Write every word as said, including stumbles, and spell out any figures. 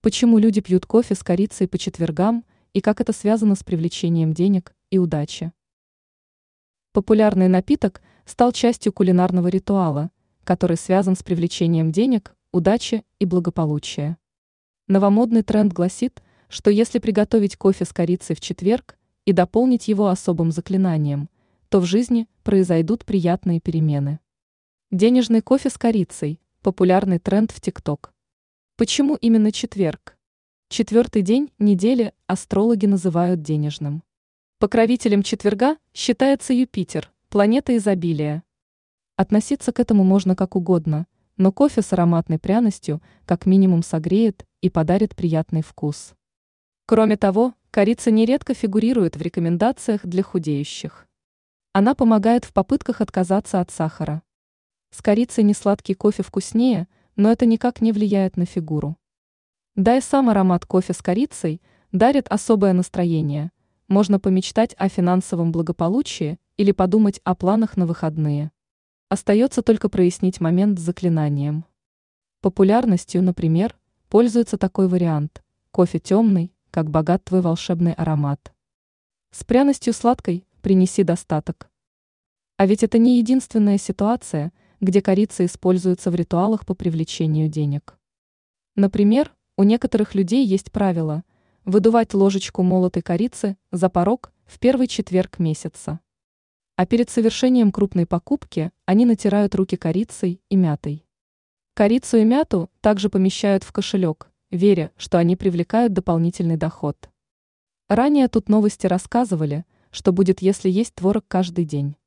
Почему люди пьют кофе с корицей по четвергам и как это связано с привлечением денег и удачи? Популярный напиток стал частью кулинарного ритуала, который связан с привлечением денег, удачи и благополучия. Новомодный тренд гласит, что если приготовить кофе с корицей в четверг и дополнить его особым заклинанием, то в жизни произойдут приятные перемены. Денежный кофе с корицей – популярный тренд в ТикТок. Почему именно четверг? Четвертый день недели астрологи называют денежным. Покровителем четверга считается Юпитер, планета изобилия. Относиться к этому можно как угодно, но кофе с ароматной пряностью как минимум согреет и подарит приятный вкус. Кроме того, корица нередко фигурирует в рекомендациях для худеющих. Она помогает в попытках отказаться от сахара. С корицей несладкий кофе вкуснее, но это никак не влияет на фигуру. Да и сам аромат кофе с корицей дарит особое настроение. Можно помечтать о финансовом благополучии или подумать о планах на выходные. Остается только прояснить момент с заклинанием. Популярностью, например, пользуется такой вариант – кофе темный, как богат твой волшебный аромат. С пряностью сладкой принеси достаток. А ведь это не единственная ситуация, где корица используется в ритуалах по привлечению денег. Например, у некоторых людей есть правило – выдувать ложечку молотой корицы за порог в первый четверг месяца. А перед совершением крупной покупки они натирают руки корицей и мятой. Корицу и мяту также помещают в кошелек, веря, что они привлекают дополнительный доход. Ранее тут новости рассказывали, что будет, если есть творог каждый день.